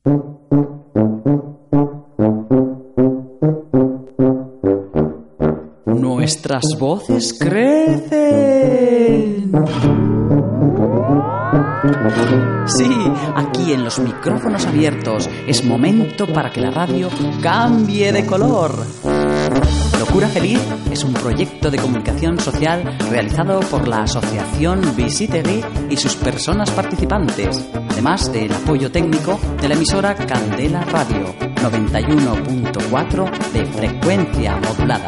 Nuestras voces crecen. Sí, aquí en los micrófonos abiertos es momento para que la radio cambie de color. Locura Feliz es un proyecto de comunicación social realizado por la Asociación Visitegui y sus personas participantes, además del apoyo técnico de la emisora Candela Radio 91.4 de frecuencia modulada.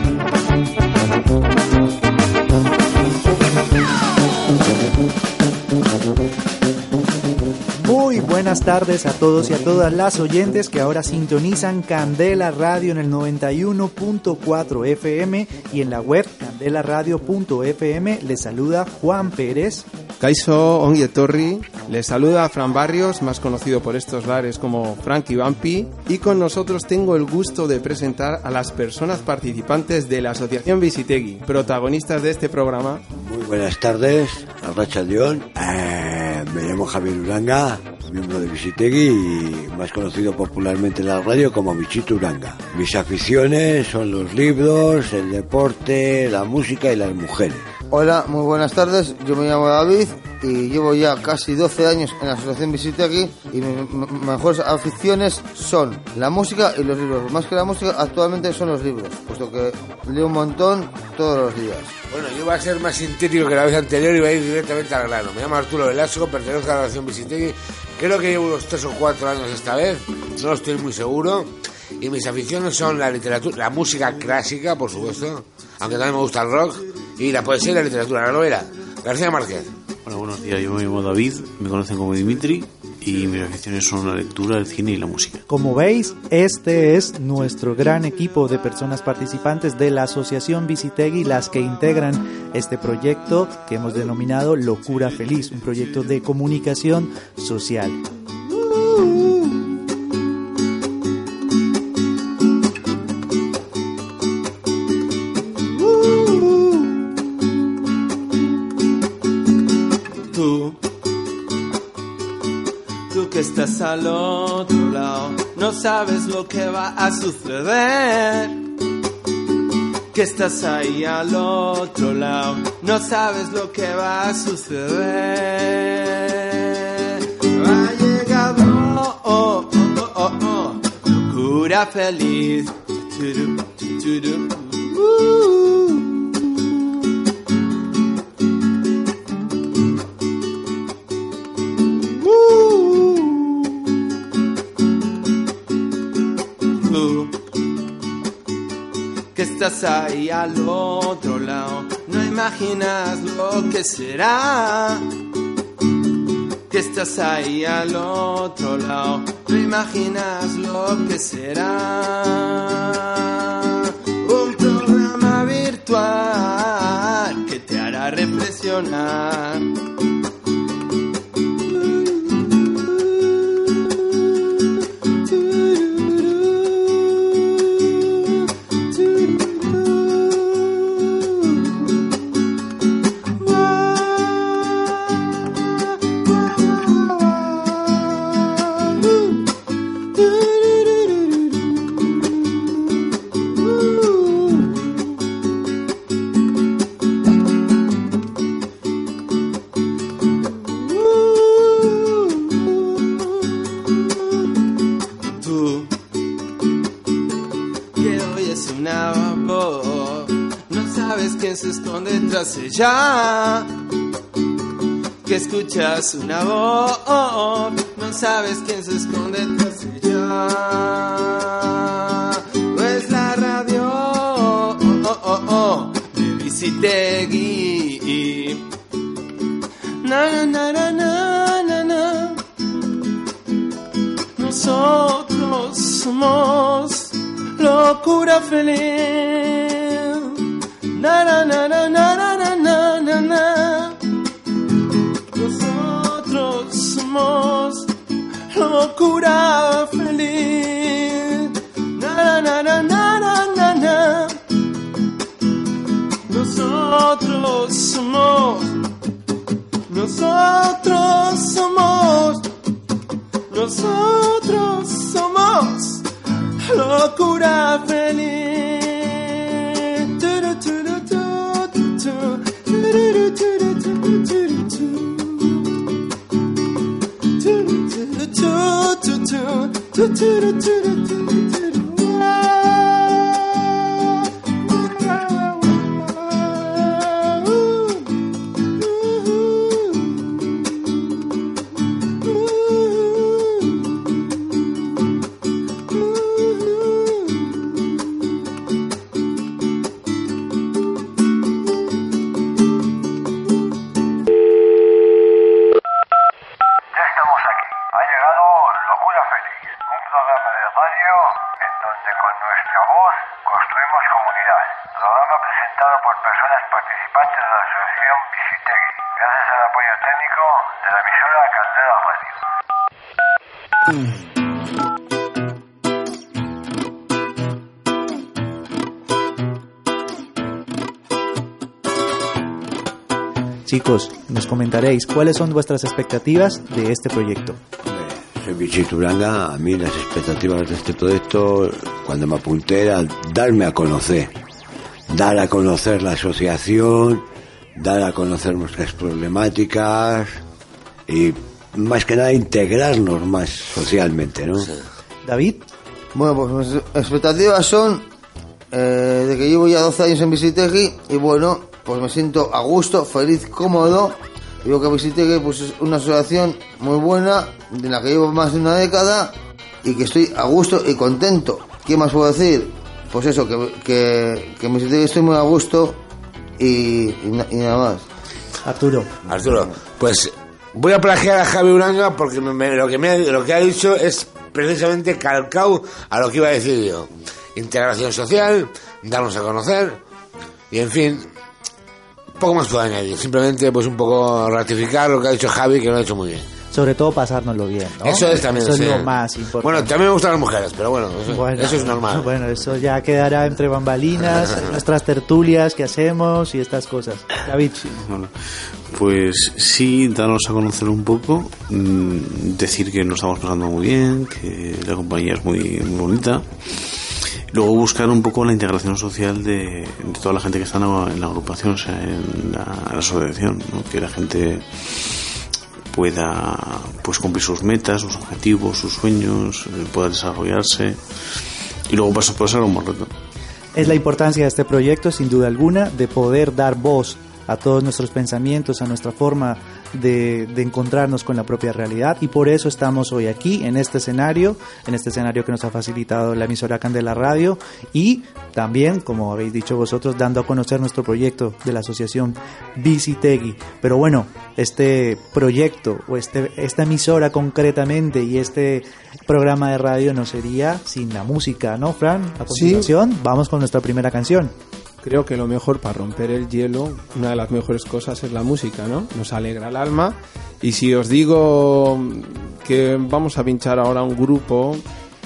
Muy buenas tardes a todos y a todas las oyentes que ahora sintonizan Candela Radio en el 91.4 FM y en la web candelaradio.fm. Les saluda Juan Pérez. Kaixo, ongi etorri. Les saluda Fran Barrios, más conocido por estos lares como Frankie Vampi, y con nosotros tengo el gusto de presentar a las personas participantes de la Asociación Visitegui, protagonistas de este programa. Muy buenas tardes, Arratsaldeon. Me llamo Javier Uranga, miembro de Visitegui y más conocido popularmente en la radio como Bichito Uranga. Mis aficiones son los libros, el deporte, la música y las mujeres. Hola, muy buenas tardes, yo me llamo David y llevo ya casi 12 años en la Asociación Visitegui y mis mejores aficiones son la música y los libros. Más que la música, actualmente son los libros, puesto que leo un montón todos los días. Bueno, yo voy a ser más sintético que la vez anterior y voy a ir directamente al grano. Me llamo Arturo Velasco, pertenezco a la Asociación Visitegui. Creo que llevo unos 3 o 4 años esta vez, no estoy muy seguro. Y mis aficiones son la literatura, la música clásica, por supuesto, aunque también me gusta el rock, y la poesía y la literatura, la novela. García Márquez. Hola, buenos días, yo me llamo David, me conocen como Dimitri, y mis aficiones son la lectura, el cine y la música. Como veis, este es nuestro gran equipo de personas participantes de la Asociación Visitegui, las que integran este proyecto que hemos denominado Locura Feliz, un proyecto de comunicación social. Que estás al otro lado, no sabes lo que va a suceder. Que estás ahí al otro lado, no sabes lo que va a suceder. Ha llegado locura feliz. Que estás ahí al otro lado, no imaginas lo que será. Que estás ahí al otro lado, no imaginas lo que será. Un programa virtual que te hará reflexionar. Se esconde tras ella, que escuchas una voz, no sabes quién se esconde tras ella. Es la radio de Visitegui. Na na na na na na. Nosotros somos locura feliz. Na na na na na na na na na. Nosotros somos locura feliz. Na na na na na na na. Nosotros somos nosotros somos locura feliz. Chicos, nos comentaréis cuáles son vuestras expectativas de este proyecto. Soy Michito Uranga. A mí las expectativas de este proyecto, cuando me apunté, era darme a conocer. Dar a conocer la asociación, dar a conocer nuestras problemáticas y, más que nada, integrarnos más socialmente, ¿no? Sí. David. Bueno, pues mis expectativas son de que llevo ya 12 años en Visitegui y bueno, pues me siento a gusto, feliz, cómodo. Digo que Visitegui pues es una asociación muy buena, de la que llevo más de una década y que estoy a gusto y contento. ¿Qué más puedo decir? Pues eso, que en Visitegui estoy muy a gusto y nada más. Arturo, pues voy a plagiar a Javi Uranga porque lo que ha dicho es precisamente calcado a lo que iba a decir yo. Integración social, darnos a conocer y en fin, poco más puedo añadir, simplemente pues un poco ratificar lo que ha dicho Javi, que lo ha hecho muy bien. sobre todo pasárnoslo bien, ¿no? Eso es también, eso sí. es lo más importante. Bueno, también me gustan las mujeres, pero bueno, eso es normal. Bueno, eso ya quedará entre bambalinas, nuestras tertulias que hacemos y estas cosas. David. Bueno, pues sí, darnos a conocer un poco, decir que nos estamos pasando muy bien, que la compañía es muy, muy bonita. Luego buscar un poco la integración social de toda la gente que está en la agrupación, o sea, en la asociación, ¿no? Que la gente pueda pues cumplir sus metas, sus objetivos, sus sueños, pueda desarrollarse y luego pasar a un buen reto. Es la importancia de este proyecto, sin duda alguna, de poder dar voz a todos nuestros pensamientos, a nuestra forma de encontrarnos con la propia realidad, y por eso estamos hoy aquí en este escenario que nos ha facilitado la emisora Candela Radio, y también, como habéis dicho vosotros, dando a conocer nuestro proyecto de la asociación Visitegui. Pero bueno, este proyecto o esta emisora concretamente y este programa de radio no sería sin la música, ¿no, Fran? A continuación, sí, vamos con nuestra primera canción. Creo que lo mejor para romper el hielo, una de las mejores cosas es la música, ¿no? Nos alegra el alma. Y si os digo que vamos a pinchar ahora un grupo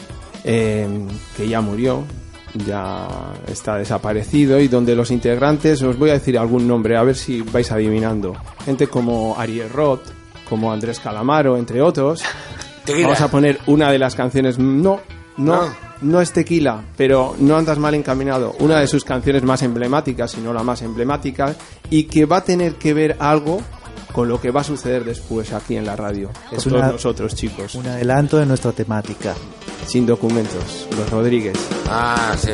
que ya murió, ya está desaparecido, y donde los integrantes, os voy a decir algún nombre, a ver si vais adivinando. Gente como Ariel Roth, como Andrés Calamaro, entre otros. Tequila. Vamos a poner una de las canciones... No es Tequila, pero no andas mal encaminado. Una de sus canciones más emblemáticas, si no la más emblemática, y que va a tener que ver algo con lo que va a suceder después aquí en la radio. Es todos nosotros, chicos. Un adelanto de nuestra temática. Sin documentos, Los Rodríguez. Ah, sí.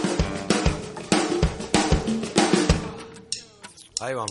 Ahí vamos.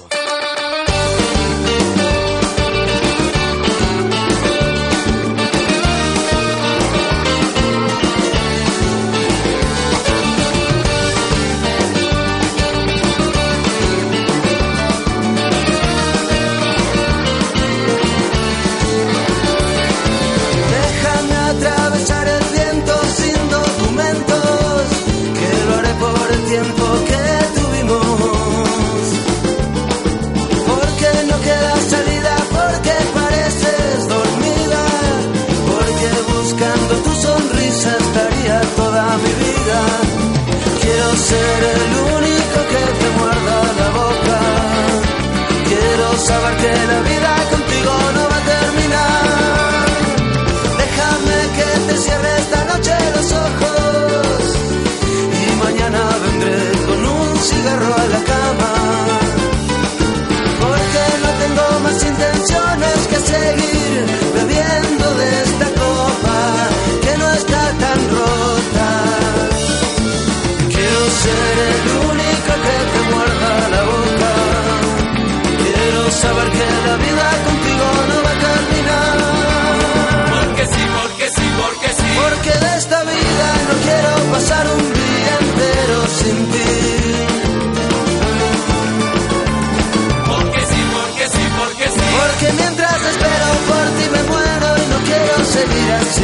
Ser el único que te muerda la boca. Quiero saber que la vida contigo no va a terminar. Deja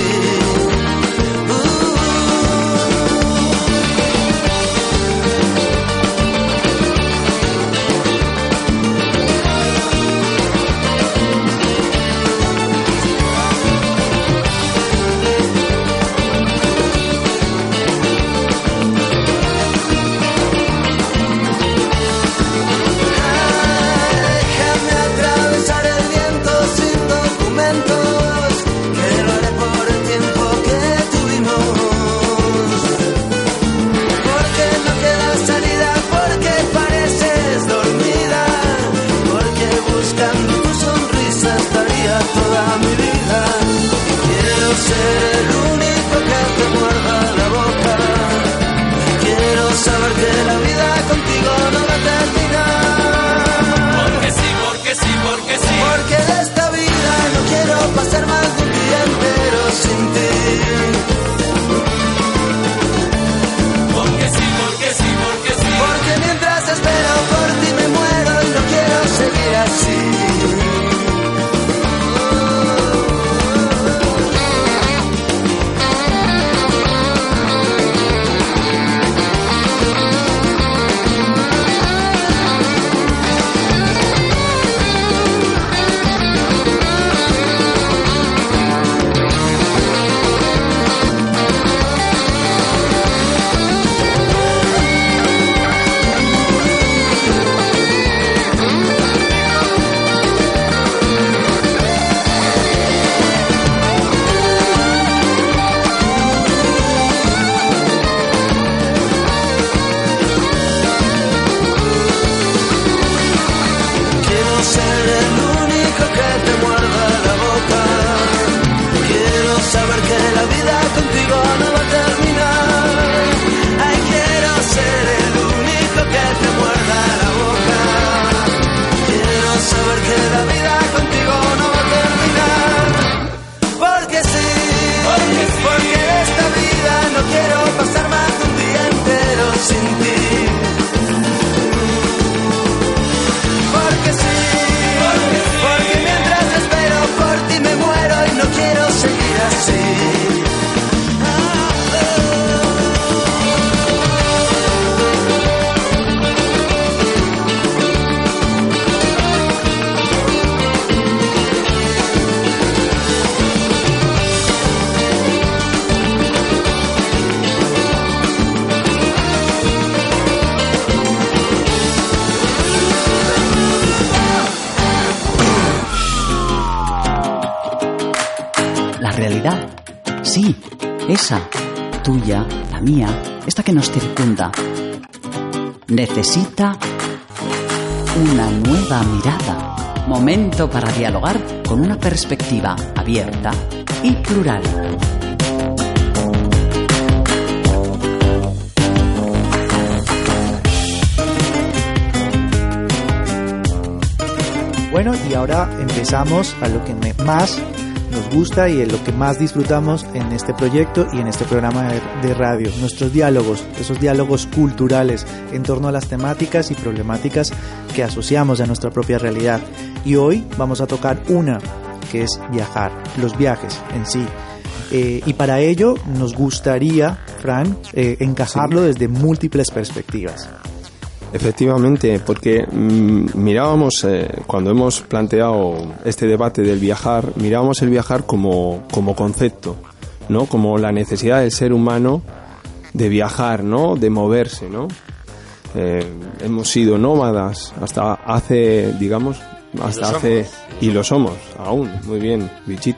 realidad. Sí, esa, tuya, la mía, esta que nos circunda, necesita una nueva mirada. Momento para dialogar con una perspectiva abierta y plural. Bueno, y ahora empezamos a lo que más nos gusta y en lo que más disfrutamos en este proyecto y en este programa de radio, nuestros diálogos, esos diálogos culturales en torno a las temáticas y problemáticas que asociamos a nuestra propia realidad. Y hoy vamos a tocar una, que es viajar, los viajes en sí. Y para ello nos gustaría, Fran, encajarlo desde múltiples perspectivas. Efectivamente, porque mirábamos, cuando hemos planteado este debate del viajar, mirábamos el viajar como concepto, ¿no? Como la necesidad del ser humano de viajar, ¿no? De moverse, ¿no? Hemos sido nómadas hasta hace, digamos, y lo somos aún, muy bien,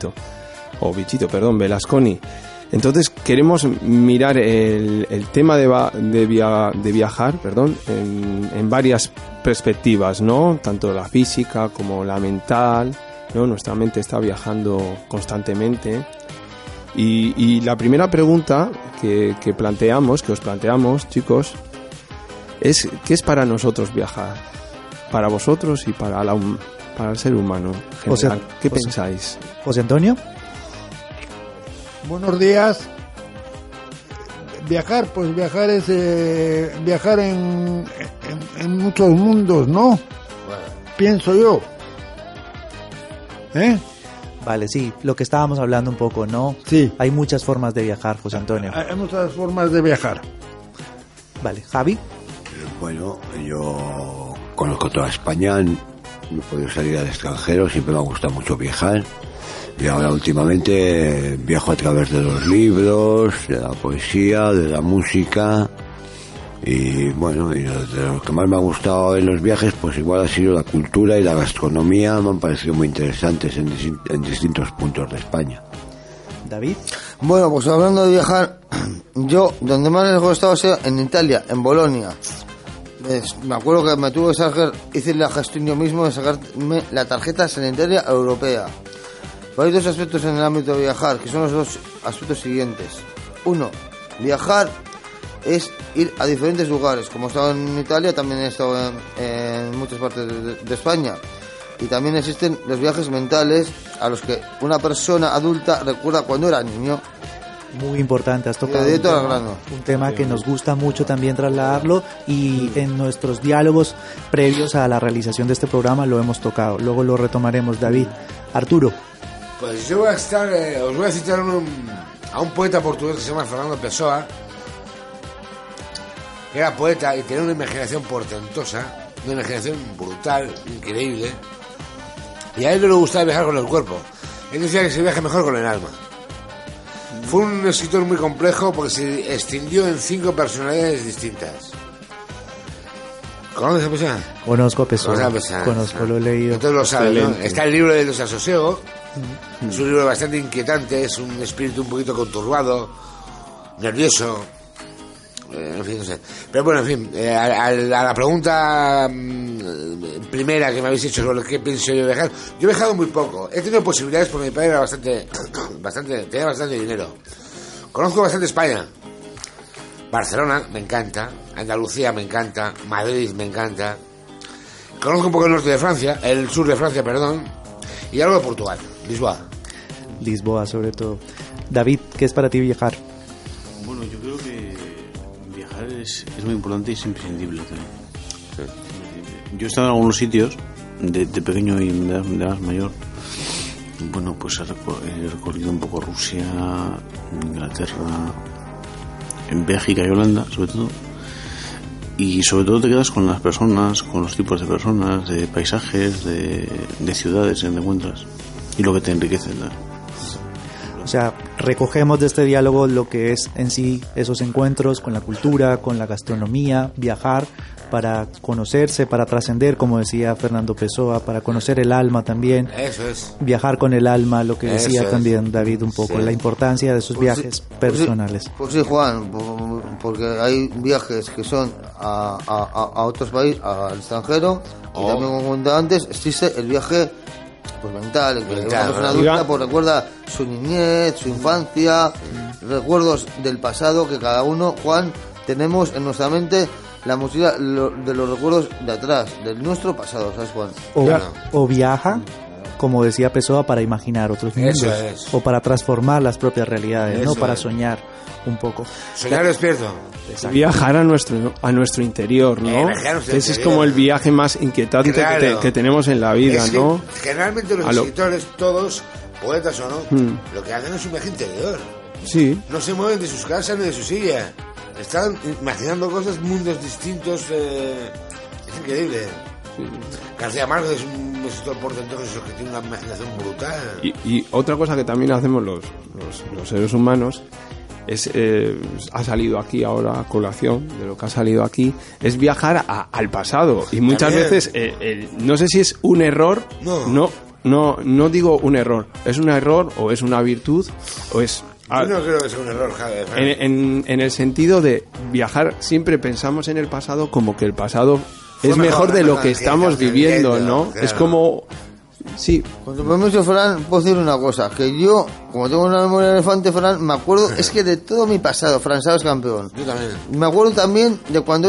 Velasconi. Entonces queremos mirar el tema de viajar, en varias perspectivas, ¿no? Tanto la física como la mental, ¿no? Nuestra mente está viajando constantemente. Y la primera pregunta que os planteamos, chicos, es ¿qué es para nosotros viajar? Para vosotros y para el ser humano en general. ¿Qué pensáis? José Antonio. Buenos días. Viajar es viajar en muchos mundos, ¿no? Bueno. Pienso yo. Vale, sí, lo que estábamos hablando un poco, ¿no? Sí. Hay muchas formas de viajar, José Antonio. Hay muchas formas de viajar. Vale, Javi. Bueno, yo conozco toda España, no he podido salir al extranjero, siempre me ha gustado mucho viajar. Y ahora últimamente viajo a través de los libros, de la poesía, de la música. Y bueno, y de lo que más me ha gustado en los viajes, pues igual ha sido la cultura y la gastronomía, me han parecido muy interesantes en distintos puntos de España. David. Bueno, pues hablando de viajar, yo donde más les gustaba ser en Italia, en Bolonia. Me acuerdo que me tuve que sacar, hice la gestión yo mismo de sacarme la tarjeta sanitaria europea. Pero hay dos aspectos en el ámbito de viajar, que son los dos aspectos siguientes. Uno, viajar es ir a diferentes lugares. Como he estado en Italia, también he estado en muchas partes de España. Y también existen los viajes mentales a los que una persona adulta recuerda cuando era niño. Muy importante, has tocado un tema que nos gusta mucho también trasladarlo, y en nuestros diálogos previos a la realización de este programa lo hemos tocado. Luego lo retomaremos. David. Arturo. Pues yo os voy a citar a un poeta portugués que se llama Fernando Pessoa, que era poeta y tenía una imaginación portentosa, una imaginación brutal, increíble, y a él no le gustaba viajar con el cuerpo. Él decía que se viaja mejor con el alma. Fue un escritor muy complejo porque se extinguió en 5 personalidades distintas. ¿Conoces a Pessoa? Conozco a Pessoa. Conozco, lo he leído. Entonces lo sabes, ¿no? Está el libro de Desasosiego. Es un libro bastante inquietante, es un espíritu un poquito conturbado, nervioso. En fin, no sé. Pero bueno, en fin, a la pregunta primera que me habéis hecho sobre qué pienso yo de viajar, yo he viajado muy poco. He tenido posibilidades porque mi padre era tenía bastante dinero. Conozco bastante España. Barcelona me encanta, Andalucía me encanta, Madrid me encanta. Conozco un poco el norte de Francia, el sur de Francia, perdón, y algo de Portugal, Lisboa. Lisboa, sobre todo. David, ¿qué es para ti viajar? Bueno, yo creo que viajar es muy importante y es imprescindible también. Sí. Yo he estado en algunos sitios, de pequeño y de más mayor. Bueno, pues he recorrido un poco Rusia, Inglaterra, en Bélgica y Holanda, sobre todo. Y sobre todo te quedas con las personas, con los tipos de personas, de paisajes, de ciudades en que te encuentras, y lo que te enriquece, ¿no? O sea, recogemos de este diálogo lo que es en sí esos encuentros con la cultura, con la gastronomía, viajar para conocerse, para trascender, como decía Fernando Pessoa, para conocer el alma también. Eso es. Viajar con el alma, lo que decía también David un poco, la importancia de esos viajes personales. Pues sí, Juan, porque hay viajes que son a otros países, al extranjero, y también, como comentaba antes, existe el viaje pues mental, en que una persona adulta pues recuerda su niñez, su infancia, recuerdos del pasado, que cada uno, Juan, tenemos en nuestra mente la mochila de los recuerdos de atrás, del nuestro pasado, ¿sabes, Juan? O viaja, como decía Pessoa, para imaginar otros mundos, o para transformar las propias realidades, ¿no? Para soñar un poco. Soñar despierto. Exacto. Viajar a nuestro interior, ¿no? Ese es como el viaje más inquietante que tenemos en la vida, ¿no? Generalmente los escritores, todos, poetas o no, lo que hacen es un viaje interior. Sí. No se mueven de sus casas ni de su silla. Están imaginando cosas, mundos distintos. Es increíble. Sí. García Márquez es un escritor portentoso que tiene una imaginación brutal. Y otra cosa que también hacemos los seres humanos ha salido aquí ahora a colación de lo que ha salido aquí, es viajar al pasado, y muchas veces no sé si es un error, no digo un error, es un error o es una virtud o es... Yo no creo que sea un error, Javier. En el sentido de viajar, siempre pensamos en el pasado como que el pasado es mejor de lo que estamos viviendo, ¿no? Claro. Es como... Sí. Con tu permiso, Fran, puedo decir una cosa, que yo, como tengo una memoria de elefante, Fran, me acuerdo, es que de todo mi pasado, Fran, ¿sabes, campeón? Yo también. Me acuerdo también de cuando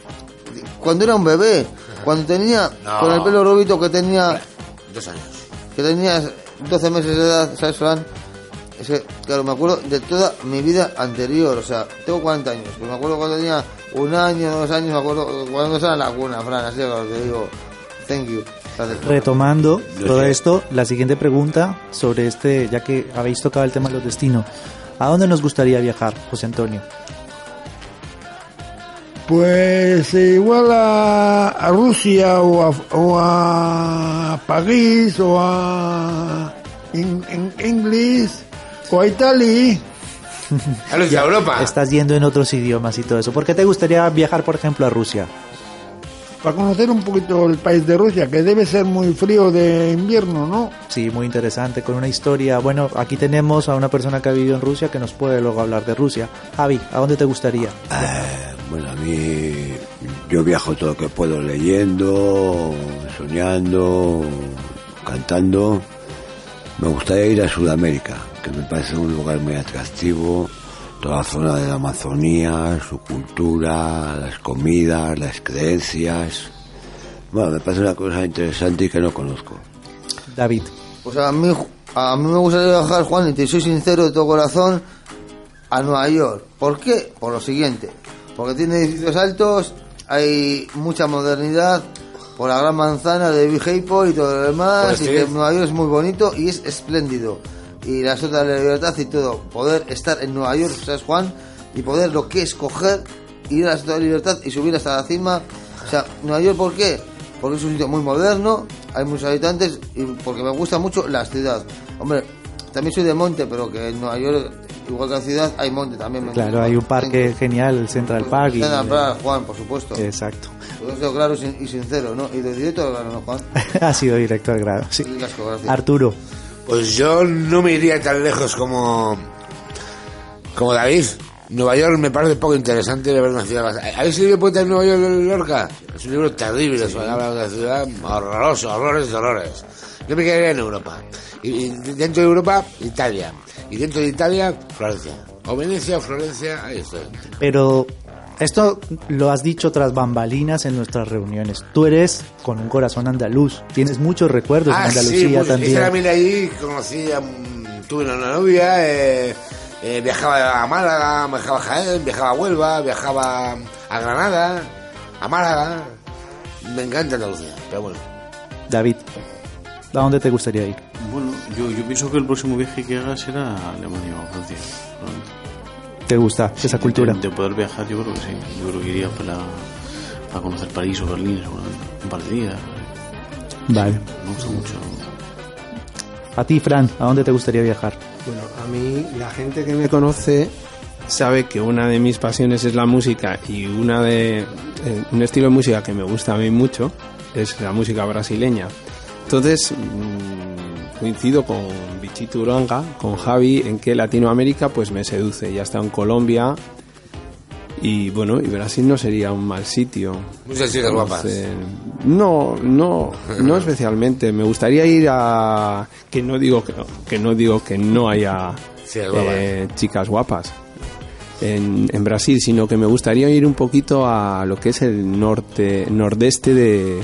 era un bebé, cuando tenía, con el pelo rubito que tenía... 2 años. Que tenía 12 meses de edad, ¿sabes, Fran? Es que, claro, me acuerdo de toda mi vida anterior, o sea, tengo 40 años, pues me acuerdo cuando tenía 1 año, 2 años, me acuerdo cuando estaba en la cuna, Fran, así que te digo, thank you. Retomando todo esto, la siguiente pregunta sobre ya que habéis tocado el tema de los destinos, ¿a dónde nos gustaría viajar, José Antonio? Pues igual a Rusia o a París o a Inglés o a Italia. A Europa. Estás yendo en otros idiomas y todo eso. ¿Por qué te gustaría viajar, por ejemplo, a Rusia? Para conocer un poquito el país de Rusia, que debe ser muy frío de invierno, ¿no? Sí, muy interesante, con una historia. Bueno, aquí tenemos a una persona que ha vivido en Rusia que nos puede luego hablar de Rusia. Javi, ¿a dónde te gustaría? Bueno, a mí yo viajo todo lo que puedo, leyendo, soñando, cantando. Me gustaría ir a Sudamérica, que me parece un lugar muy atractivo. Toda la zona de la Amazonía, su cultura, las comidas, las creencias. Bueno, me parece una cosa interesante y que no conozco. David. Pues a mí me gustaría viajar, Juan, y te soy sincero de todo corazón, a Nueva York. ¿Por qué? Por lo siguiente. Porque tiene edificios altos, hay mucha modernidad, por la gran manzana de Big Apple y todo lo demás, pues sí. Y que Nueva York es muy bonito y es espléndido. Y la Estatua de la Libertad y todo, poder estar en Nueva York, ¿sabes, Juan? Y poder lo que es coger, ir a la Estatua de la Libertad y subir hasta la cima. O sea, Nueva York, ¿por qué? Porque es un sitio muy moderno, hay muchos habitantes y porque me gusta mucho la ciudad. Hombre, también soy de monte, pero que en Nueva York, igual que la ciudad, hay monte también. Claro, hay un parque genial, el Central Park. Central Park, Juan, por supuesto. Exacto. Todo sido claro y sincero, ¿no? Y de directo al grano, ¿no, Juan? Ha sido directo al grano, sí. Casco, Arturo. Pues yo no me iría tan lejos como David. Nueva York me parece poco interesante de ver una ciudad. ¿Habéis leído Poeta de Nueva York de Lorca? Es un libro terrible, sí. Habla de una ciudad horrorosa, horrores de horrores. Yo me quedaría en Europa. Y dentro de Europa, Italia. Y dentro de Italia, Florencia. O Venecia o Florencia, ahí estoy. Pero esto lo has dicho tras bambalinas en nuestras reuniones. Tú eres con un corazón andaluz. Tienes muchos recuerdos en Andalucía, sí, también. Hice la mil allí, tuve una novia, viajaba a Málaga, viajaba a Jaén, viajaba a Huelva, viajaba a Granada, a Málaga. Me encanta Andalucía, pero bueno. David, ¿a dónde te gustaría ir? Bueno, yo pienso que el próximo viaje que hagas será a Alemania o Francia. ¿Te gusta esa cultura? De poder viajar, yo creo que sí. Yo creo que iría para conocer París o Berlín, seguramente. Un par de días. Vale. Sí, me gusta mucho. A ti, Fran, ¿a dónde te gustaría viajar? Bueno, a mí, la gente que me conoce sabe que una de mis pasiones es la música y un estilo de música que me gusta a mí mucho es la música brasileña. Entonces, coincido con Bichito Uranga, con Javi, en que Latinoamérica pues me seduce. Ya he estado en Colombia y bueno, y Brasil no sería un mal sitio. Muchas chicas guapas. No especialmente. Me gustaría ir a... Que no digo que no haya chicas guapas en Brasil, sino que me gustaría ir un poquito a lo que es el nordeste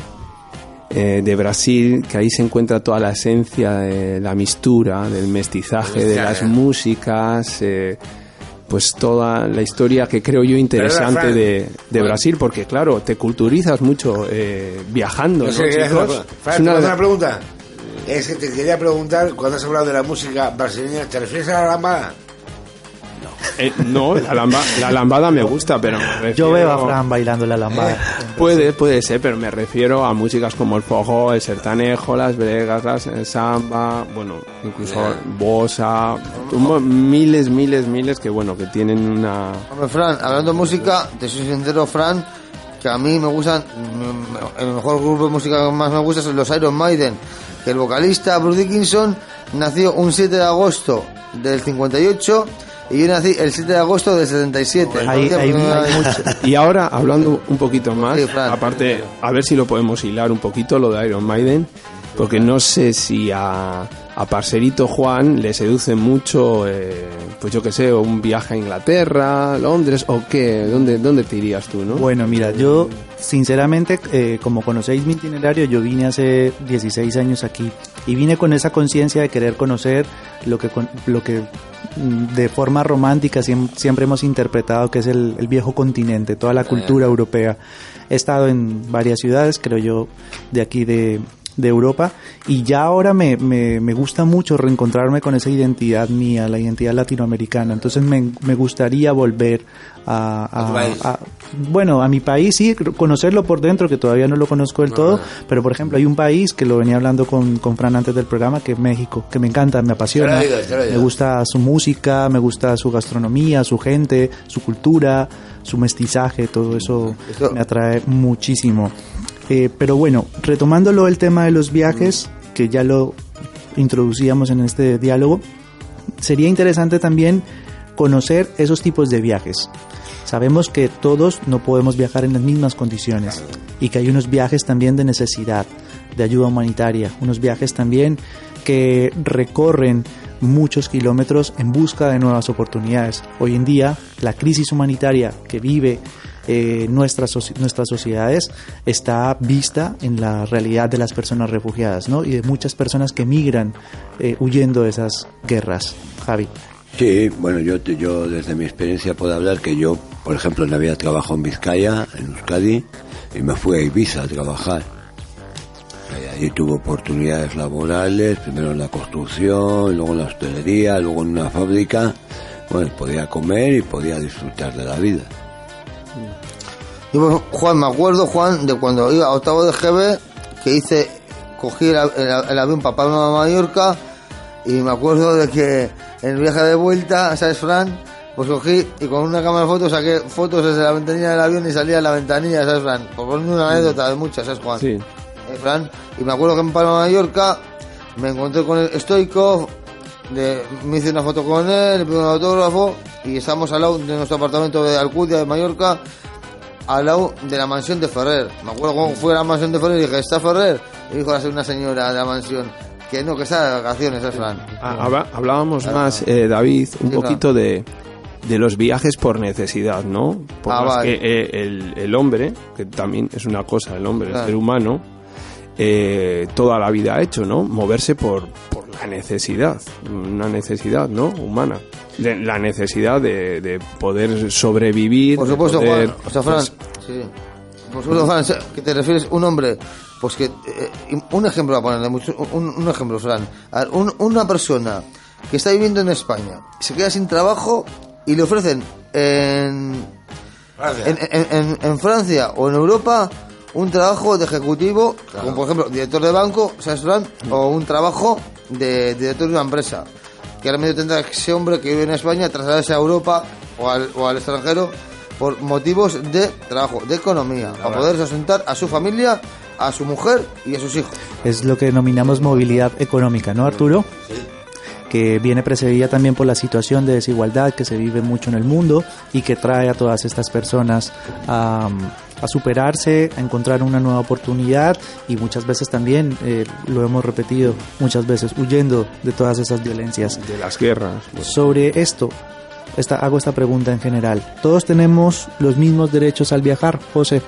de Brasil, que ahí se encuentra toda la esencia de la mistura, del mestizaje, de las músicas, pues toda la historia que creo yo interesante de Brasil, porque claro, te culturizas mucho viajando, ¿no, chicos? Una pregunta. Es que te quería preguntar, cuando has hablado de la música brasileña, ¿te refieres a la lambada? No, la lambada me gusta, pero me refiero... Yo veo a Fran bailando la lambada. Puede ser, pero me refiero a músicas como el forró, el sertanejo, las bregas, el samba, bueno, incluso bossa, miles que bueno, que tienen una... Hombre, Fran, hablando de música, te soy sincero, Fran, que a mí me gustan, el mejor grupo de música que más me gusta son los Iron Maiden, que el vocalista Bruce Dickinson nació un 7 de agosto del 58 y yo nací el 7 de agosto del 77. Hay mucho. Y ahora, hablando un poquito más, sí, Fran, aparte, a ver si lo podemos hilar un poquito, lo de Iron Maiden, porque no sé si a Parcerito Juan le seduce mucho, pues yo que sé, un viaje a Inglaterra, Londres, o qué, ¿dónde te irías tú, no? Bueno, mira, yo sinceramente, como conocéis mi itinerario, yo vine hace 16 años aquí y vine con esa conciencia de querer conocer lo que de forma romántica siempre hemos interpretado que es el viejo continente, toda la cultura europea. He estado en varias ciudades, creo yo, de aquí de de Europa, y ya ahora me gusta mucho reencontrarme con esa identidad mía, la identidad latinoamericana. Entonces me gustaría volver a mi país, sí, conocerlo por dentro, que todavía no lo conozco del todo, pero por ejemplo hay un país que lo venía hablando con Fran antes del programa, que es México, que me encanta, me apasiona, me gusta su música, me gusta su gastronomía, su gente, su cultura, su mestizaje, todo eso me atrae muchísimo. Pero bueno, retomándolo el tema de los viajes, que ya lo introducíamos en este diálogo, sería interesante también conocer esos tipos de viajes. Sabemos que todos no podemos viajar en las mismas condiciones y que hay unos viajes también de necesidad, de ayuda humanitaria, unos viajes también que recorren muchos kilómetros en busca de nuevas oportunidades. Hoy en día, la crisis humanitaria que vive nuestras sociedades está vista en la realidad de las personas refugiadas, ¿no? Y de muchas personas que migran huyendo de esas guerras. Javi. Sí, bueno, yo desde mi experiencia puedo hablar que yo, por ejemplo, en Navidad trabajo en Vizcaya, en Euskadi, y me fui a Ibiza a trabajar. Y allí tuve oportunidades laborales, primero en la construcción, luego en la hostelería, luego en una fábrica. Bueno, podía comer y podía disfrutar de la vida. Y bueno, Juan, me acuerdo, Juan, de cuando iba a octavo de GB, que cogí el avión para Palma de Mallorca, y me acuerdo de que en el viaje de vuelta, ¿sabes, Fran? Pues cogí y con una cámara de fotos saqué fotos desde la ventanilla del avión y salía en la ventanilla, ¿sabes, Fran? Por poner una anécdota de muchas, ¿sabes, Juan? Sí. Fran, y me acuerdo que en Palma de Mallorca me encontré con el Stoikov, me hice una foto con él, le pedí un autógrafo, y estamos al lado de nuestro apartamento de Alcudia, de Mallorca, al lado de la mansión de Ferrer. Me acuerdo cuando fui a la mansión de Ferrer y dije, ¿está Ferrer? Y dijo una señora de la mansión, que no, que está de vacaciones, ¿sabes, Fran? Hablábamos más, David, un poquito de los viajes por necesidad, ¿no? Por más que el hombre, que también es una cosa, el hombre, el ser humano, toda la vida ha hecho, ¿no? Moverse por la necesidad, una necesidad, ¿no? Humana. La necesidad de poder sobrevivir. Por supuesto, poder, Juan. O sea, Fran, sí. Por supuesto, Fran, ¿qué te refieres? Un hombre, pues que... un ejemplo, a ponerle mucho, un ejemplo, Fran. Una persona que está viviendo en España, se queda sin trabajo y le ofrecen en Francia o en Europa un trabajo de ejecutivo, como por ejemplo director de banco, ¿sabes, Fran? O un trabajo de director de una empresa, que ahora medio tendrá ese hombre que vive en España trasladarse a Europa o al extranjero por motivos de trabajo, de economía, para poder sustentar a su familia, a su mujer y a sus hijos. Es lo que denominamos movilidad económica, ¿no, Arturo? Sí. Que viene precedida también por la situación de desigualdad que se vive mucho en el mundo y que trae a todas estas personas a superarse, a encontrar una nueva oportunidad, y muchas veces también, lo hemos repetido muchas veces, huyendo de todas esas violencias. De las guerras. Sobre esto, hago esta pregunta en general. ¿Todos tenemos los mismos derechos al viajar, José?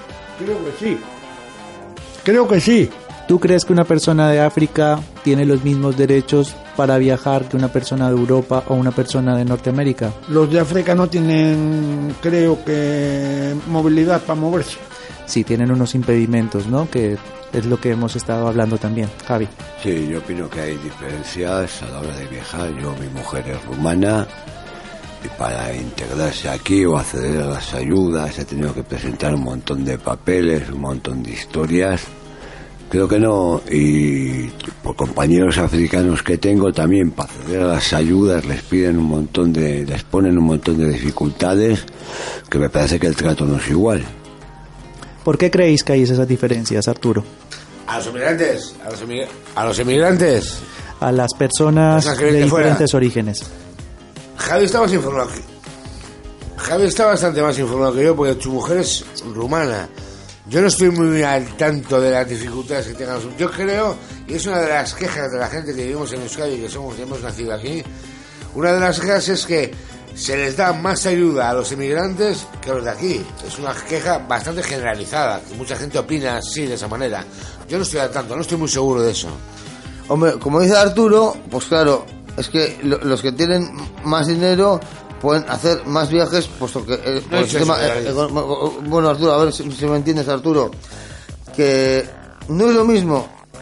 Creo que sí. ¿Tú crees que una persona de África tiene los mismos derechos para viajar que una persona de Europa o una persona de Norteamérica? Los de África no tienen, creo que, movilidad para moverse. Sí, tienen unos impedimentos, ¿no? Que es lo que hemos estado hablando también. Javi. Sí, yo opino que hay diferencias a la hora de viajar. Mi mujer es rumana, y para integrarse aquí o acceder a las ayudas he tenido que presentar un montón de papeles, un montón de historias. Creo que no, y por compañeros africanos que tengo también, para acceder a las ayudas les ponen un montón de dificultades, que me parece que el trato no es igual. ¿Por qué creéis que hay esas diferencias, Arturo? A los inmigrantes, a los inmigrantes, a las personas de diferentes orígenes. Javi está más informado. Javi está bastante más informado que yo, porque su mujer es rumana. Yo no estoy muy al tanto de las dificultades que tengan. Yo creo, y es una de las quejas de la gente que vivimos en Euskadi, que hemos nacido aquí, una de las quejas es que se les da más ayuda a los inmigrantes que a los de aquí. Es una queja bastante generalizada, que mucha gente opina así, de esa manera. Yo no estoy al tanto, no estoy muy seguro de eso. Hombre, como dice Arturo, pues claro, es que los que tienen más dinero pueden hacer más viajes, puesto que el sistema, bueno, Arturo, a ver si me entiendes, Arturo, que no es lo mismo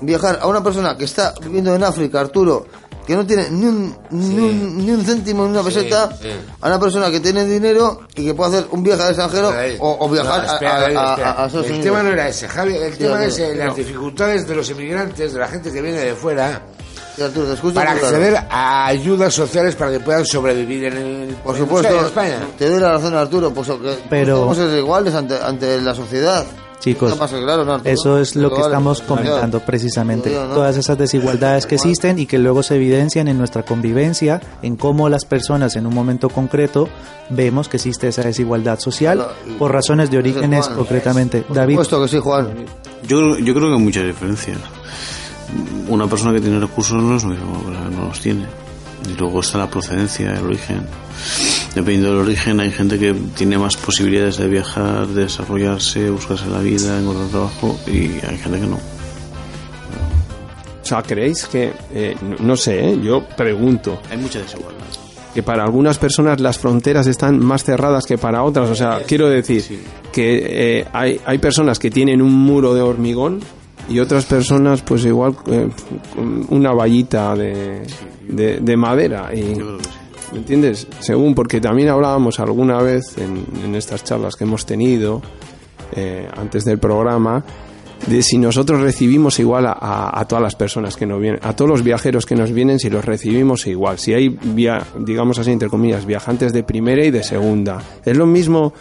viajar a una persona que está viviendo en África, Arturo, que no tiene ni un céntimo, ni una peseta, a una persona que tiene dinero y que puede hacer un viaje al extranjero o viajar a Estados Unidos. El tema no era ese, Javi, el tema es las dificultades de los inmigrantes, de la gente que viene de fuera, Arturo, te escucho, para acceder a ayudas sociales para que puedan sobrevivir por supuesto, en España. Te doy la razón, Arturo, pues pero podemos ser iguales ante la sociedad. Chicos, eso es lo que estamos comentando precisamente, todas esas desigualdades que existen y que luego se evidencian en nuestra convivencia, en cómo las personas en un momento concreto vemos que existe esa desigualdad social por razones de orígenes concretamente. David. Por supuesto que sí, Juan. Yo creo que hay muchas diferencias. Una persona que tiene recursos no es lo mismo, no los tiene. Y luego está la procedencia, el origen. Dependiendo del origen, hay gente que tiene más posibilidades de viajar, de desarrollarse, buscarse la vida, encontrar trabajo, y hay gente que no. O sea, ¿creéis que, no sé, yo pregunto, hay mucha desigualdad, que para algunas personas las fronteras están más cerradas que para otras? O sea, quiero decir que hay personas que tienen un muro de hormigón y otras personas pues igual una vallita de madera. Y ¿me entiendes? Según, porque también hablábamos alguna vez en estas charlas que hemos tenido antes del programa, de si nosotros recibimos igual a todas las personas que nos vienen, a todos los viajeros que nos vienen, si los recibimos igual, si hay, digamos así, entre comillas, viajantes de primera y de segunda. Es lo mismo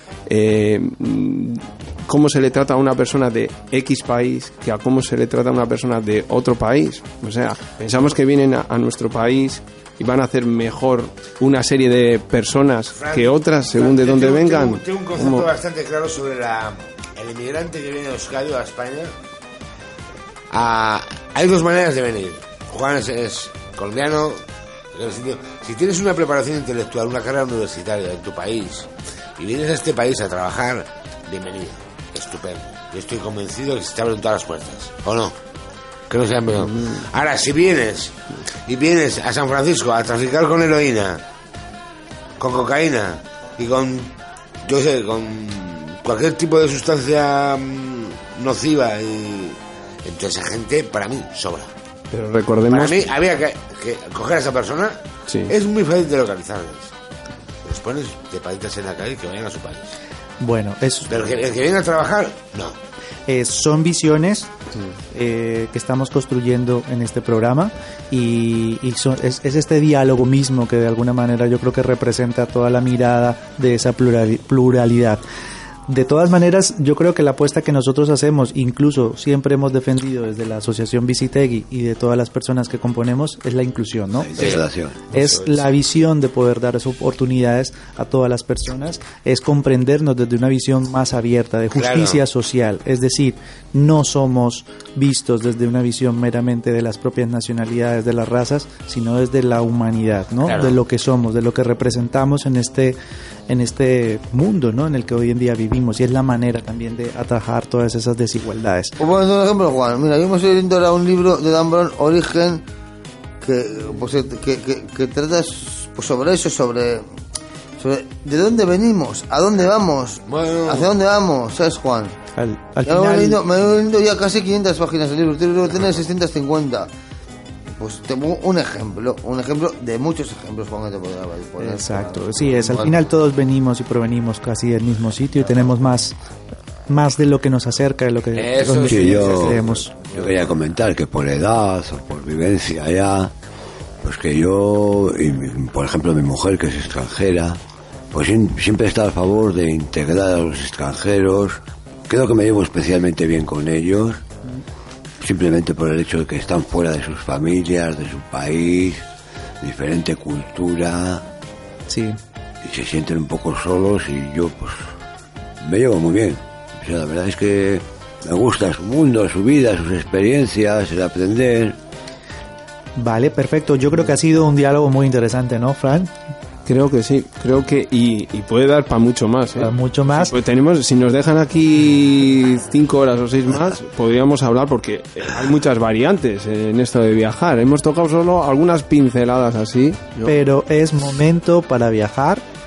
cómo se le trata a una persona de X país que a cómo se le trata a una persona de otro país. O sea, pensamos que vienen a nuestro país y van a hacer mejor una serie de personas, Frank, que otras, según de dónde vengan. Tengo un concepto bastante claro sobre el inmigrante que viene de Euskadi a España. Hay dos maneras de venir. Juan es colombiano. Si tienes una preparación intelectual, una carrera universitaria en tu país y vienes a este país a trabajar, bienvenido, estupendo. Yo estoy convencido que se te abren todas las puertas, ¿o no? Que no sean menos. Ahora, si vienes a San Francisco a traficar con heroína, con cocaína y con cualquier tipo de sustancia nociva, y entonces esa gente, para mí, sobra. Pero recordemos... Para mí había que coger a esa persona. Sí. Es muy fácil de localizarles. Los pones de patitas en la calle y que vayan a su país. Bueno, eso... Pero el que viene a trabajar, no. Son visiones que estamos construyendo en este programa y es este diálogo mismo que de alguna manera yo creo que representa toda la mirada de esa pluralidad. De todas maneras, yo creo que la apuesta que nosotros hacemos, incluso siempre hemos defendido desde la Asociación Visitegui y de todas las personas que componemos, es la inclusión, ¿no? Es la visión de poder dar oportunidades a todas las personas, es comprendernos desde una visión más abierta, de justicia social, es decir, no somos vistos desde una visión meramente de las propias nacionalidades, de las razas, sino desde la humanidad, ¿no? De lo que somos, de lo que representamos en este mundo, ¿no? En el que hoy en día vivimos, y es la manera también de atajar todas esas desigualdades. Pues bueno, un ejemplo, Juan. Mira, yo me estoy leyendo ahora un libro de Dan Brown, Origen, que trata pues, sobre eso, sobre de dónde venimos, a dónde vamos, hacia dónde vamos, ¿sabes, Juan? Al final... Me he leído ya casi 500 páginas del libro, este libro tiene 650. Pues tengo un ejemplo de muchos ejemplos, Juan, que te podría poner. Exacto, sí, al final todos venimos y provenimos casi del mismo sitio y tenemos más de lo que nos acerca de lo que creemos. Yo quería comentar que por edad o por vivencia ya, pues que yo, y por ejemplo mi mujer que es extranjera, pues siempre he estado a favor de integrar a los extranjeros. Creo que me llevo especialmente bien con ellos, simplemente por el hecho de que están fuera de sus familias, de su país, diferente cultura, sí, y se sienten un poco solos, y yo pues me llevo muy bien. O sea, la verdad es que me gusta su mundo, su vida, sus experiencias, el aprender. Vale, perfecto. Yo creo que ha sido un diálogo muy interesante, ¿no, Fran? Creo que sí, y puede dar para mucho más, ¿eh? Para mucho más. Sí, pues si nos dejan aquí 5 horas o 6 más, podríamos hablar, porque hay muchas variantes en esto de viajar. Hemos tocado solo algunas pinceladas así, ¿no? Pero es momento para viajar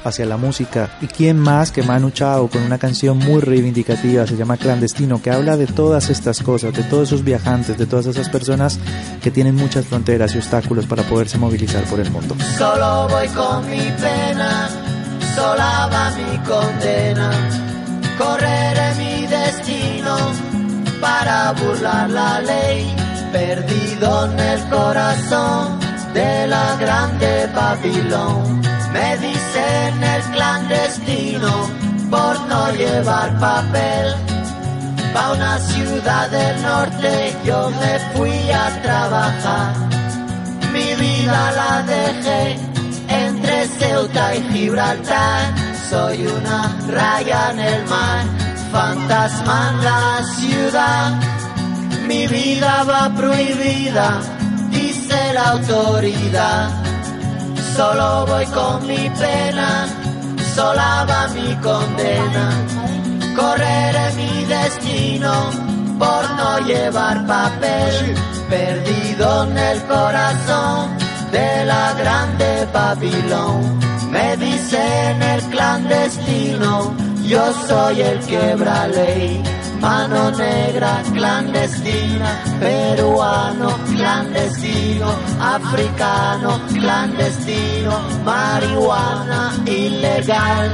hacia la música. ¿Y quién más que Manu Chao con una canción muy reivindicativa, se llama Clandestino, que habla de todas estas cosas, de todos esos viajantes, de todas esas personas que tienen muchas fronteras y obstáculos para poderse movilizar por el mundo? Solo voy con mi pena, sola va mi condena, correré mi destino para burlar la ley, perdido en el corazón de la grande Babilón. Me dicen el clandestino por no llevar papel. Pa' una ciudad del norte yo me fui a trabajar. Mi vida la dejé entre Ceuta y Gibraltar. Soy una raya en el mar, fantasma en la ciudad. Mi vida va prohibida, dice la autoridad. Solo voy con mi pena, sola va mi condena. Correré mi destino por no llevar papel, perdido en el corazón de la grande Babilón. Me dicen el clandestino, yo soy el quebra ley. Mano negra clandestina, peruano clandestino, africano clandestino, marihuana ilegal.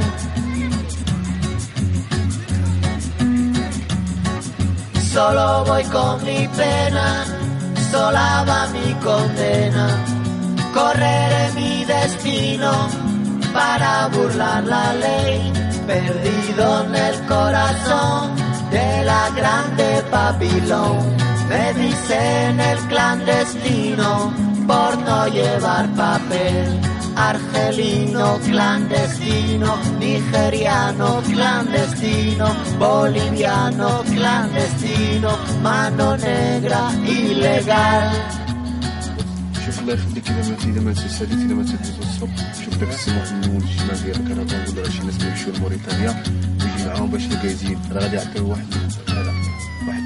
Solo voy con mi pena, sola va mi condena. Correré mi destino para burlar la ley, perdido en el corazón de la grande Babilón. Me dicen el clandestino por no llevar papel. Argelino clandestino, nigeriano clandestino, boliviano clandestino, mano negra ilegal. شوف الله يخليك الا ماتي الا ماتي ساليت الا ماتي دوز الصبح شوف داك السيمون في النمو الشمال ديال الكرفان نقول راه شي ناس كيمشيو لموريتانيا ويجي معاهم باش الكازين راه غادي يعطيو واحد هذا واحد.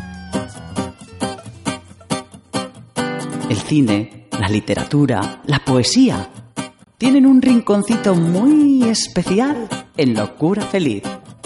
El cine, la literatura, la poesía tienen un rinconcito muy especial en Locura Feliz.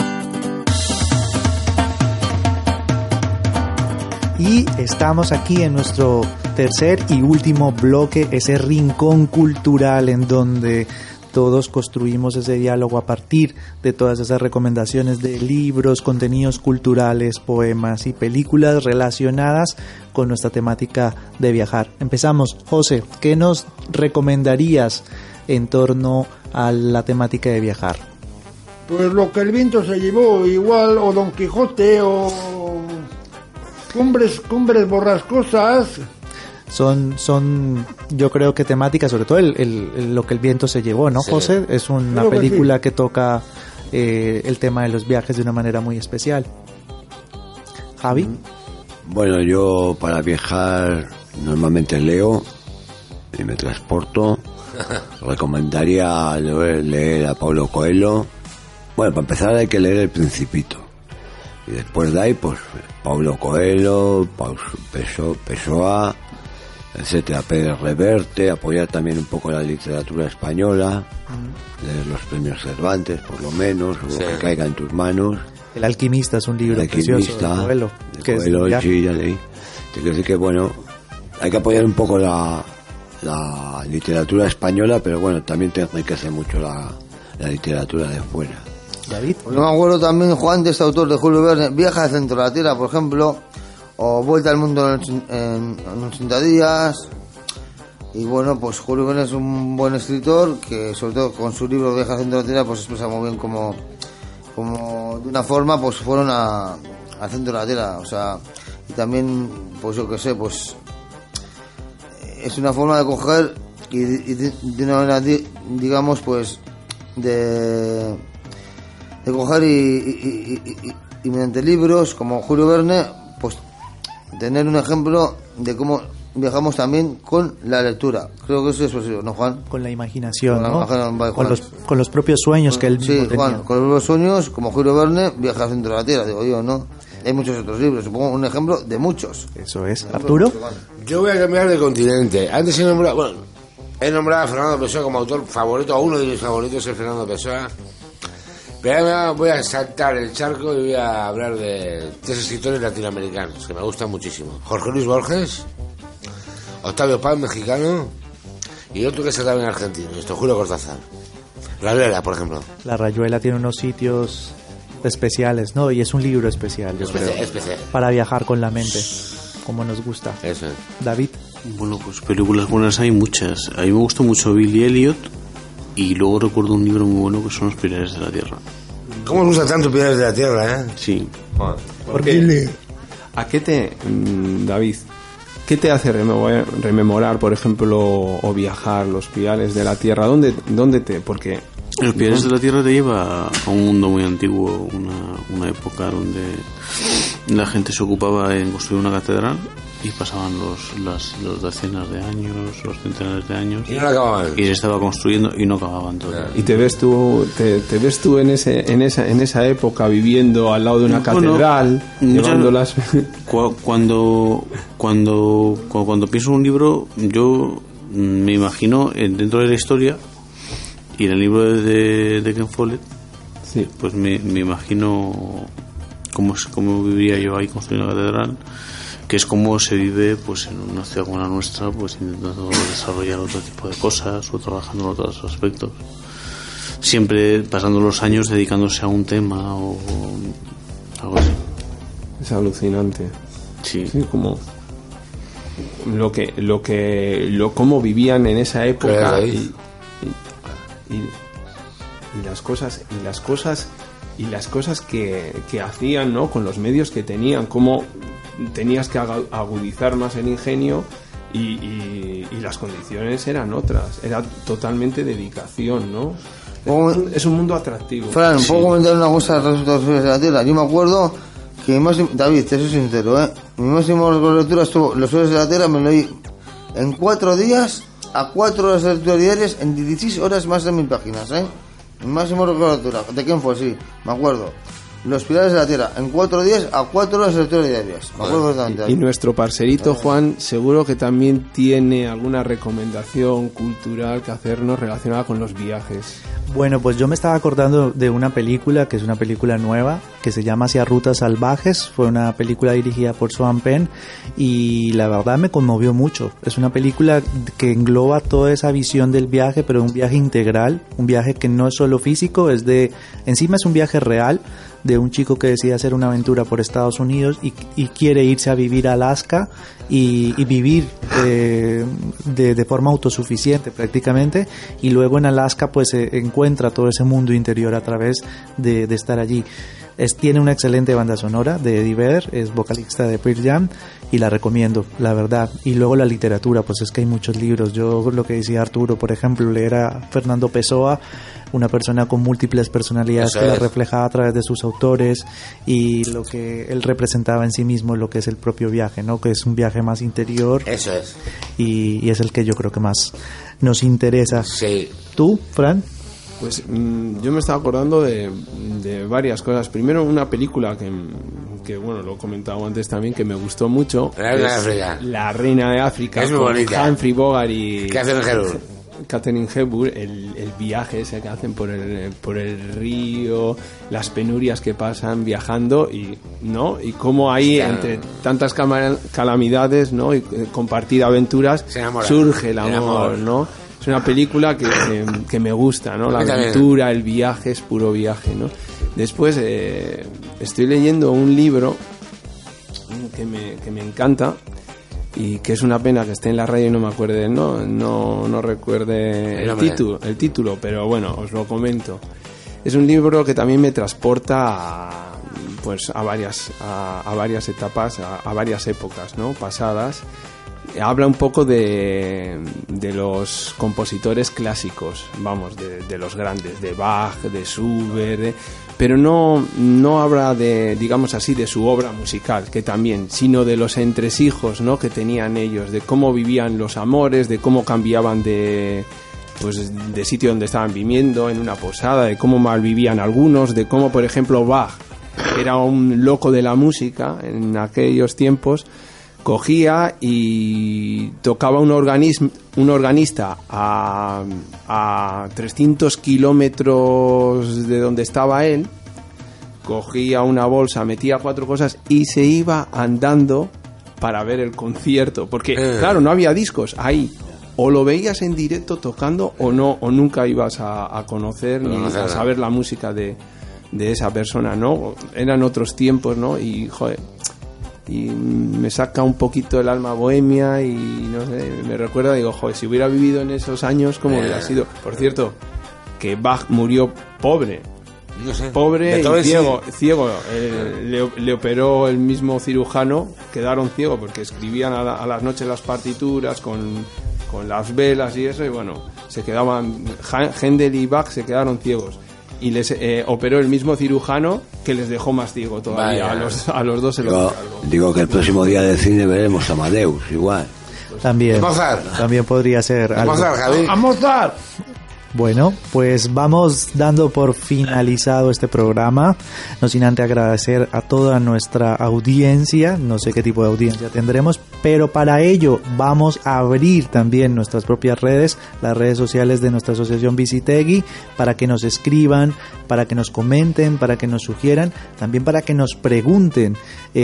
Y estamos aquí en nuestro tercer y último bloque, ese rincón cultural en donde todos construimos ese diálogo a partir de todas esas recomendaciones de libros, contenidos culturales, poemas y películas relacionadas con nuestra temática de viajar. Empezamos. José, ¿qué nos recomendarías en torno a la temática de viajar? Pues lo que el viento se llevó, igual, o Don Quijote, o Cumbres borrascosas. Son yo creo que temáticas, sobre todo lo que el viento se llevó, ¿no, sí. José? Es una película que toca el tema de los viajes de una manera muy especial. Javi. Bueno, yo para viajar normalmente leo y me transporto. Recomendaría leer a Paulo Coelho. Bueno, para empezar hay que leer El Principito. Y después de ahí, pues, Paulo Coelho, Pessoa, etcétera, Pérez Reverte, apoyar también un poco la literatura española, leer los premios Cervantes, por lo menos, o que caiga en tus manos. El Alquimista es un libro precioso de Coelho. Sí, ya leí. Te quiero decir que, bueno, hay que apoyar un poco la literatura española, pero bueno, también te enriquece mucho la literatura de fuera. David. Pues no me acuerdo también, Juan, de este autor de Julio Verne, Viaja al centro de la Tierra, por ejemplo, o Vuelta al mundo en 80 días. Y bueno, pues Julio Verne es un buen escritor que, sobre todo con su libro Viaja al centro de la Tierra, pues expresa muy bien como de una forma, pues fueron al centro de la Tierra. O sea, y también, pues yo qué sé, pues es una forma de coger y de una manera, digamos, pues de coger y mediante libros como Julio Verne, pues tener un ejemplo de cómo viajamos también con la lectura. Creo que eso es posible, ¿no, Juan? Con la imaginación, con ¿no? Con los propios sueños que él mismo tenía. Sí, Juan, con los propios sueños, como Julio Verne, Viaja al centro de la Tierra, digo yo, ¿no? Hay muchos otros libros, supongo un ejemplo de muchos. Eso es. ¿Arturo? Yo voy a cambiar de continente. Antes se nombraba, bueno, he nombrado a Fernando Pessoa como autor favorito, a uno de mis favoritos es Fernando Pessoa. Pero ahora voy a saltar el charco y voy a hablar de 3 escritores latinoamericanos que me gustan muchísimo. Jorge Luis Borges, Octavio Paz, mexicano, y otro que es también argentino, Julio Cortázar. La Rayuela, por ejemplo. La Rayuela tiene unos sitios especiales, ¿no? Y es un libro especial, yo creo. Especial. Para viajar con la mente, como nos gusta. Eso es. David. Bueno, pues películas buenas hay muchas. A mí me gustó mucho Billy Elliot y luego recuerdo un libro muy bueno que son Los Pilares de la Tierra. ¿Cómo os gusta tanto Pilares de la Tierra, Sí. ¿Por qué? ¿A qué te, David, qué te hace rememorar, por ejemplo, o viajar Los Pilares de la Tierra? ¿Dónde te...? Porque... Los Pilares de la Tierra te lleva a un mundo muy antiguo, una época donde la gente se ocupaba en construir una catedral y pasaban los decenas de años, los centenares de años y no acababan, y se estaba construyendo y no acababan todavía. ¿Y te ves tú en esa época viviendo al lado de una catedral, llevándolas? Cuando pienso en un libro, yo me imagino dentro de la historia, y en el libro de Ken Follett, sí, pues me imagino cómo viviría yo ahí construyendo la catedral, que es como se vive pues en una ciudad como la nuestra, pues intentando desarrollar otro tipo de cosas o trabajando en otros aspectos, siempre pasando los años dedicándose a un tema o algo así. Es alucinante. Sí, como cómo vivían en esa época y las cosas que hacían, ¿no? Con los medios que tenían, cómo tenías que agudizar más el ingenio y las condiciones eran otras, era totalmente dedicación, ¿no? Es un mundo atractivo. Fran, ¿puedo comentar una cosa respecto a Los Pilares de la Tierra? Yo me acuerdo que David, te soy sincero, mi máximo de lectura estuvo Los Pilares de la Tierra, me lo leí en 4 días, a 4 horas de lectura diarias, en 16 horas, más de 1000 páginas, mi máximo de lectura, ¿de quién fue? Sí, me acuerdo. Los Pilares de la Tierra, en 4 días a 4 horas de lectura diarias. Me acuerdo perfectamente. Y nuestro parcerito Juan seguro que también tiene alguna recomendación cultural que hacernos relacionada con los viajes. Bueno, pues yo me estaba acordando de una película, que es una película nueva, que se llama Hacia Rutas Salvajes. Fue una película dirigida por Sean Penn y la verdad me conmovió mucho. Es una película que engloba toda esa visión del viaje, pero un viaje integral, un viaje que no es solo físico, encima es un viaje real, de un chico que decide hacer una aventura por Estados Unidos y quiere irse a vivir a Alaska y vivir de forma autosuficiente prácticamente, y luego en Alaska pues encuentra todo ese mundo interior a través de estar allí. Tiene una excelente banda sonora de Eddie Vedder, es vocalista de Pearl Jam y la recomiendo, la verdad. Y luego la literatura, pues es que hay muchos libros. Yo lo que decía Arturo, por ejemplo, leer a Fernando Pessoa, una persona con múltiples personalidades que la reflejaba a través de sus autores y lo que él representaba en sí mismo, lo que es el propio viaje, ¿no? Que es un viaje más interior. Eso es. Y es el que yo creo que más nos interesa. Sí. ¿Tú, Fran? Pues yo me estaba acordando de varias cosas. Primero, una película que bueno, lo he comentado antes también, que me gustó mucho. La Reina de África. Es muy bonita. Humphrey Bogart y Catherine Hepburn. El viaje ese que hacen por el río, las penurias que pasan viajando y cómo ahí, entre tantas calamidades, ¿no? Y compartir aventuras, surge el amor, ¿no? Es una película que me gusta, ¿no? La aventura, el viaje, es puro viaje, ¿no? Después estoy leyendo un libro que me encanta y que es una pena que esté en la radio y no me acuerde, no recuerde el título, pero bueno, os lo comento. Es un libro que también me transporta a varias etapas, a varias épocas, ¿no? Pasadas. Habla un poco de los compositores clásicos, vamos, de los grandes, de Bach, de Schubert, pero no habla de, digamos así, de su obra musical, que también, sino de los entresijos, ¿no? Que tenían ellos, de cómo vivían los amores, de cómo cambiaban de sitio donde estaban viviendo, en una posada, de cómo malvivían algunos, de cómo, por ejemplo, Bach, que era un loco de la música en aquellos tiempos, cogía y tocaba un organista a 300 kilómetros de donde estaba él, cogía una bolsa, metía 4 cosas y se iba andando para ver el concierto, porque claro, no había discos ahí, o lo veías en directo tocando o no, o nunca ibas a conocer ni a saber la música de esa persona, ¿no? Eran otros tiempos, ¿no? Y joder, y me saca un poquito el alma bohemia y no sé, me recuerda, digo, joder, si hubiera vivido en esos años, ¿cómo hubiera sido? Por cierto, que Bach murió pobre. No sé. Pobre y ciego. Le operó el mismo cirujano, quedaron ciegos porque escribían a las noches las partituras con las velas y eso, y bueno, se quedaban, Händel y Bach se quedaron ciegos. Y les operó el mismo cirujano que les dejó más ciego todavía. A los dos se lo digo que el próximo día de cine veremos a Amadeus, igual. También podría ser algo. ¡A Mozart! Bueno, pues vamos dando por finalizado este programa, no sin antes agradecer a toda nuestra audiencia. No sé qué tipo de audiencia tendremos, pero para ello vamos a abrir también nuestras propias redes, las redes sociales de nuestra asociación Visitegui, para que nos escriban, para que nos comenten, para que nos sugieran, también para que nos pregunten,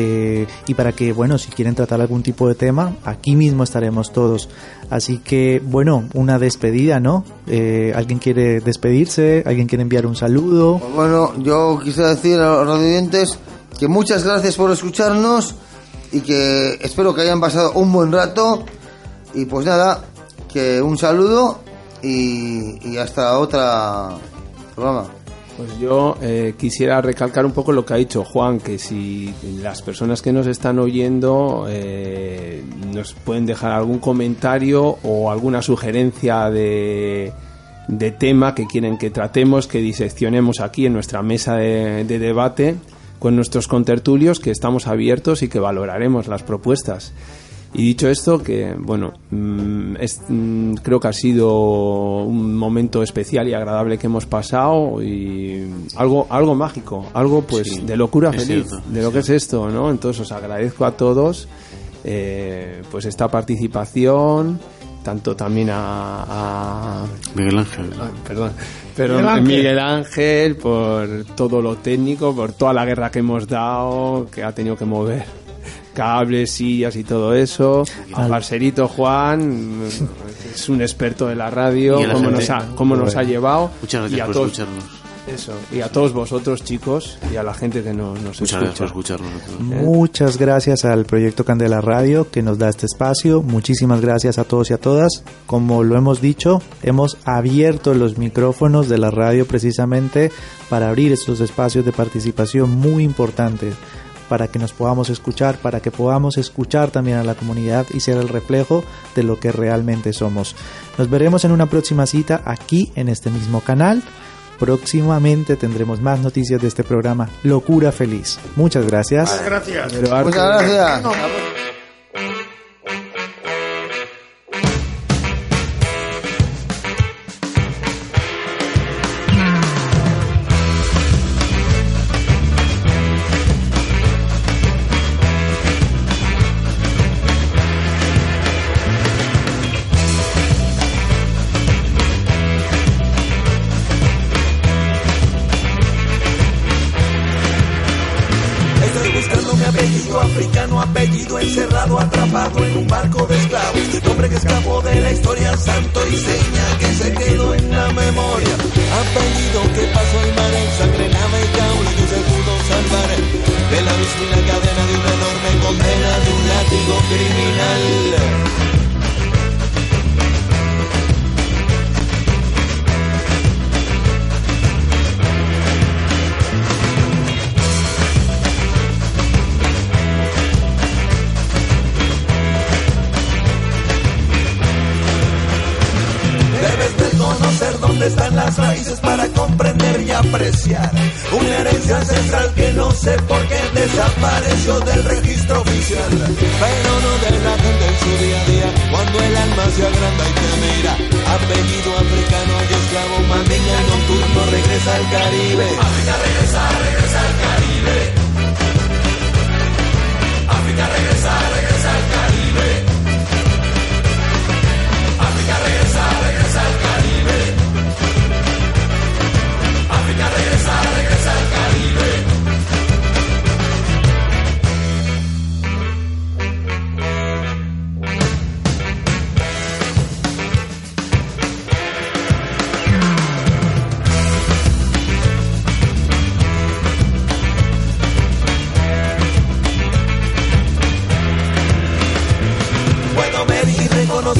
y para que, bueno, si quieren tratar algún tipo de tema, aquí mismo estaremos todos. Así que, bueno, una despedida, ¿no? ¿Alguien quiere despedirse? ¿Alguien quiere enviar un saludo? Bueno, yo quisiera decir a los radioyentes que muchas gracias por escucharnos y que espero que hayan pasado un buen rato. Y pues nada, que un saludo y hasta otra programa. Pues yo quisiera recalcar un poco lo que ha dicho Juan, que si las personas que nos están oyendo nos pueden dejar algún comentario o alguna sugerencia de tema que quieren que tratemos, que diseccionemos aquí en nuestra mesa de debate con nuestros contertulios, que estamos abiertos y que valoraremos las propuestas. Y dicho esto, que bueno, creo que ha sido un momento especial y agradable que hemos pasado, y algo mágico, algo pues sí, de locura feliz, cierto, de lo que es esto, ¿no? Entonces os agradezco a todos pues esta participación, tanto también a Miguel Ángel. Miguel Ángel, por todo lo técnico, por toda la guerra que hemos dado, que ha tenido que mover cables, sillas y todo eso. Al parcerito Juan, es un experto de la radio, cómo nos ha llevado. Muchas gracias por escucharnos. Eso, y a todos vosotros, chicos, y a la gente que nos escucha. Muchas gracias por escucharnos. Muchas gracias al Proyecto Candela Radio, que nos da este espacio. Muchísimas gracias a todos y a todas. Como lo hemos dicho, hemos abierto los micrófonos de la radio precisamente para abrir estos espacios de participación muy importantes, para que nos podamos escuchar, para que podamos escuchar también a la comunidad y ser el reflejo de lo que realmente somos. Nos veremos en una próxima cita aquí en este mismo canal. Próximamente tendremos más noticias de este programa Locura Feliz. Muchas gracias. Muchas gracias. Apellido encerrado, atrapado en un barco de esclavos, hombre que escapó de la historia, santo y seña que se quedó en la memoria, apellido que pasó el mar en sangre, nave y caule y se pudo salvar de la misma cadena de una enorme condena de un látigo criminal. ¿Dónde están las raíces para comprender y apreciar una herencia ancestral que no sé por qué desapareció del registro oficial? Pero no de la gente en su día a día, cuando el alma se agranda y te mira. Apellido africano y esclavo, mandinga y nocturno, regresa al Caribe. África regresa al Caribe. África regresa al Caribe.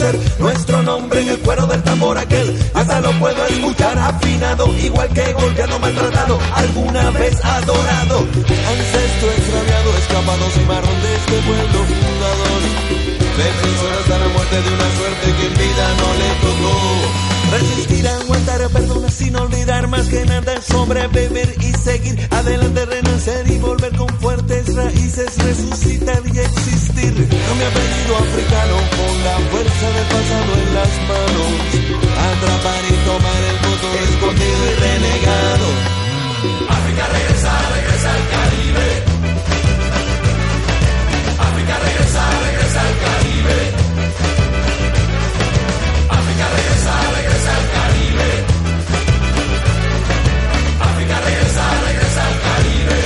reconocer nuestro nombre en el cuero del tambor aquel. Hasta lo puedo escuchar afinado, igual que golpeado, maltratado, alguna vez adorado. Ancestro extraviado, escapado sin marrón de este pueblo fundador. Defensor hasta la muerte de una suerte que en vida no le tocó. Resistir, aguantar, perdonar sin olvidar, más que nada sobrevivir y seguir adelante, renacer y volver con fuertes raíces, resucitar y existir. No me apellido africano con la fuerza del pasado en las manos, atrapar y tomar el voto escondido y renegado. África regresa, regresa al Caribe. África regresa, regresa al Caribe. África regresa, regresa al Caribe. África regresa, regresa al Caribe.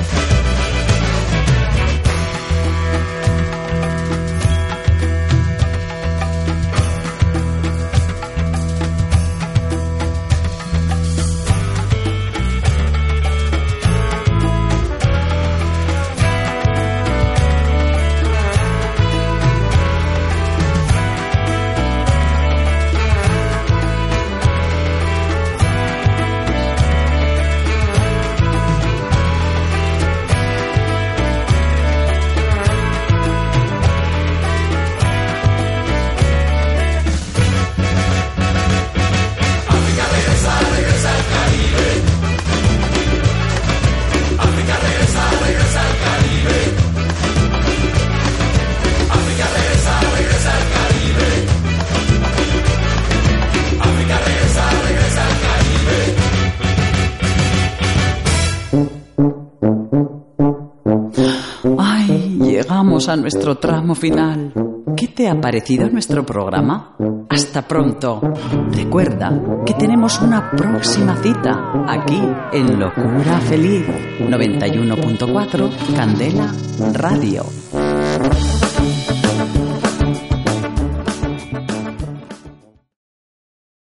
A nuestro tramo final. ¿Qué te ha parecido nuestro programa? Hasta pronto. Recuerda que tenemos una próxima cita aquí en Locura Feliz 91.4 Candela Radio.